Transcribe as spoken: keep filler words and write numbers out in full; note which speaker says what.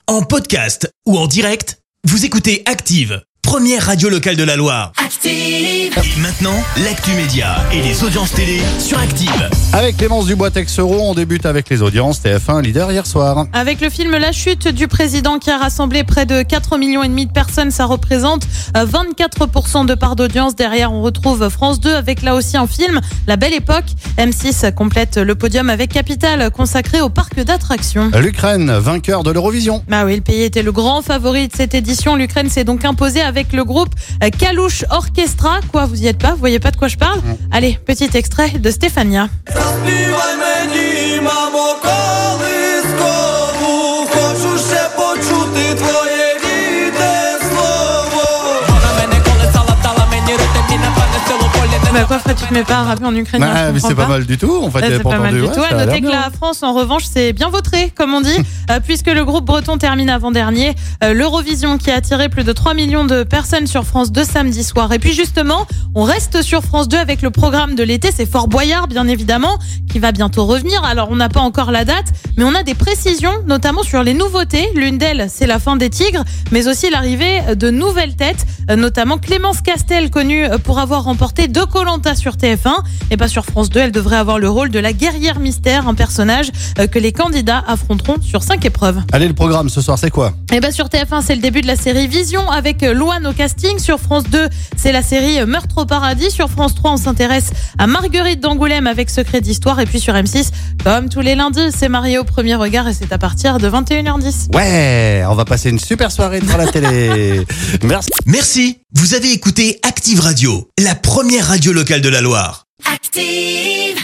Speaker 1: En podcast ou en direct, vous écoutez Active, première radio locale de la Loire. Active! Et maintenant, l'actu média et les audiences télé sur Active.
Speaker 2: Avec Clémence Dubois-Texero, on débute avec les audiences. T F un leader hier soir.
Speaker 3: Avec le film La Chute du président qui a rassemblé près de quatre millions et demi de personnes, ça représente vingt-quatre pour cent de part d'audience. Derrière, on retrouve France deux avec là aussi un film, La Belle Époque. M six complète le podium avec Capital, consacré au parc d'attractions.
Speaker 2: L'Ukraine, vainqueur de l'Eurovision.
Speaker 3: Bah oui, le pays était le grand favori de cette édition. L'Ukraine s'est donc imposée avec le groupe Kalush Orchestra. Quoi, vous y êtes pas? Vous voyez pas de quoi je parle? mmh. Allez, petit extrait de Stefania. Bah quoi, Fred, tu te mets pas à rapper en ukrainien?
Speaker 2: Ah, mais c'est pas, pas mal du tout. En fait,
Speaker 3: bah, c'est
Speaker 2: pas,
Speaker 3: pas mal
Speaker 2: entendu.
Speaker 3: du
Speaker 2: Ouais,
Speaker 3: tout. À noter que
Speaker 2: bien.
Speaker 3: la France, en revanche, c'est bien vautré, comme on dit, euh, puisque le groupe breton termine avant-dernier. Euh, L'Eurovision qui a attiré plus de trois millions de personnes sur France deux samedi soir. Et puis justement, on reste sur France deux avec le programme de l'été. C'est Fort Boyard, bien évidemment, qui va bientôt revenir. Alors, on n'a pas encore la date, mais on a des précisions, notamment sur les nouveautés. L'une d'elles, c'est la fin des Tigres, mais aussi l'arrivée de nouvelles têtes, notamment Clémence Castel, connue pour avoir remporté deux Koh-Lanta sur T F un. Et pas sur France deux, elle devrait avoir le rôle de la guerrière mystère, un personnage que les candidats affronteront sur cinq épreuves.
Speaker 2: Allez, le programme ce soir, c'est quoi?
Speaker 3: Et ben sur T F un, c'est le début de la série Vision avec Louane au casting. Sur France deux, c'est la série Meurtre au paradis. Sur France trois, on s'intéresse à Marguerite d'Angoulême avec Secret d'histoire. Et puis sur M six, comme tous les lundis, c'est Marié au premier regard et c'est à partir de vingt et une heures dix.
Speaker 2: Ouais, on va passer une super soirée devant la télé. Merci.
Speaker 1: Merci. Vous avez écouté Active Radio, la première radio locale de la Loire.
Speaker 4: Active!